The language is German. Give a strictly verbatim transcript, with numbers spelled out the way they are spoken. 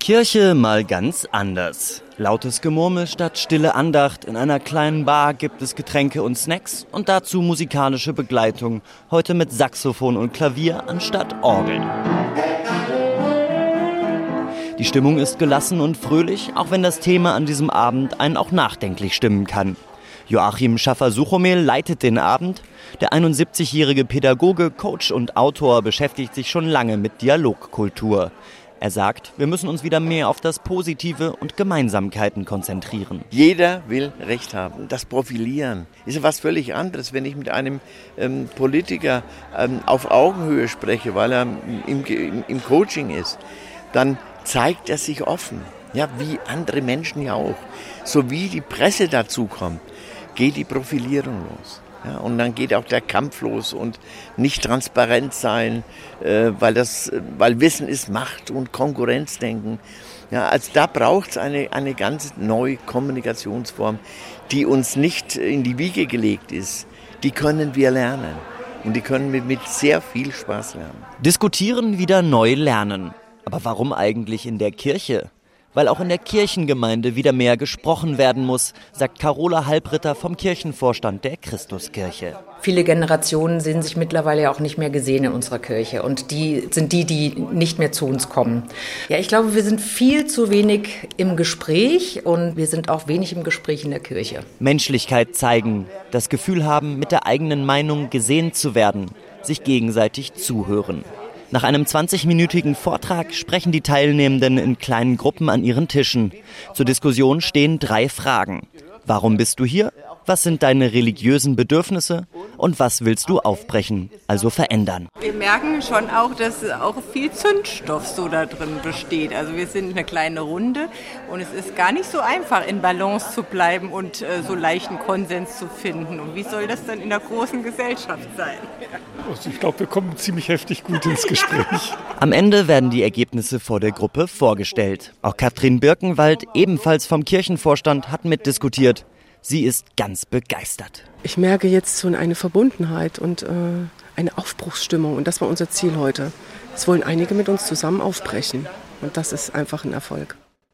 Kirche mal ganz anders. Lautes Gemurmel statt stille Andacht. In einer kleinen Bar gibt es Getränke und Snacks und dazu musikalische Begleitung. Heute mit Saxophon und Klavier anstatt Orgeln. Die Stimmung ist gelassen und fröhlich, auch wenn das Thema an diesem Abend einen auch nachdenklich stimmen kann. Joachim Schaffer-Suchomel leitet den Abend. Der einundsiebzigjährige Pädagoge, Coach und Autor beschäftigt sich schon lange mit Dialogkultur. Er sagt, wir müssen uns wieder mehr auf das Positive und Gemeinsamkeiten konzentrieren. Jeder will Recht haben. Das Profilieren ist ja was völlig anderes, wenn ich mit einem ähm, Politiker ähm, auf Augenhöhe spreche, weil er im, im, im Coaching ist. Dann zeigt er sich offen, ja, wie andere Menschen ja auch. So wie die Presse dazu kommt, geht die Profilierung los. Ja, und dann geht auch der Kampf los und nicht transparent sein, äh, weil, das, weil Wissen ist Macht und Konkurrenzdenken. Ja, also da braucht es eine, eine ganz neue Kommunikationsform, die uns nicht in die Wiege gelegt ist. Die können wir lernen und die können wir mit sehr viel Spaß lernen. Diskutieren wieder neu lernen. Aber warum eigentlich in der Kirche? Weil auch in der Kirchengemeinde wieder mehr gesprochen werden muss, sagt Carola Halbritter vom Kirchenvorstand der Christuskirche. Viele Generationen sehen sich mittlerweile auch nicht mehr gesehen in unserer Kirche und die sind die, die nicht mehr zu uns kommen. Ja, ich glaube, wir sind viel zu wenig im Gespräch und wir sind auch wenig im Gespräch in der Kirche. Menschlichkeit zeigen, das Gefühl haben, mit der eigenen Meinung gesehen zu werden, sich gegenseitig zuhören. Nach einem zwanzigminütigen Vortrag sprechen die Teilnehmenden in kleinen Gruppen an ihren Tischen. Zur Diskussion stehen drei Fragen. Warum bist du hier? Was sind deine religiösen Bedürfnisse? Und was willst du aufbrechen, also verändern? Wir merken schon auch, dass auch viel Zündstoff so da drin besteht. Also wir sind eine kleine Runde und es ist gar nicht so einfach, in Balance zu bleiben und äh, so leichten Konsens zu finden. Und wie soll das dann in der großen Gesellschaft sein? Also ich glaube, wir kommen ziemlich heftig gut ins Gespräch. Am Ende werden die Ergebnisse vor der Gruppe vorgestellt. Auch Katrin Birkenwald, ebenfalls vom Kirchenvorstand, hat mitdiskutiert. Sie ist ganz begeistert. Ich merke jetzt so eine Verbundenheit und äh, eine Aufbruchsstimmung. Und das war unser Ziel heute. Es wollen einige mit uns zusammen aufbrechen. Und das ist einfach ein Erfolg.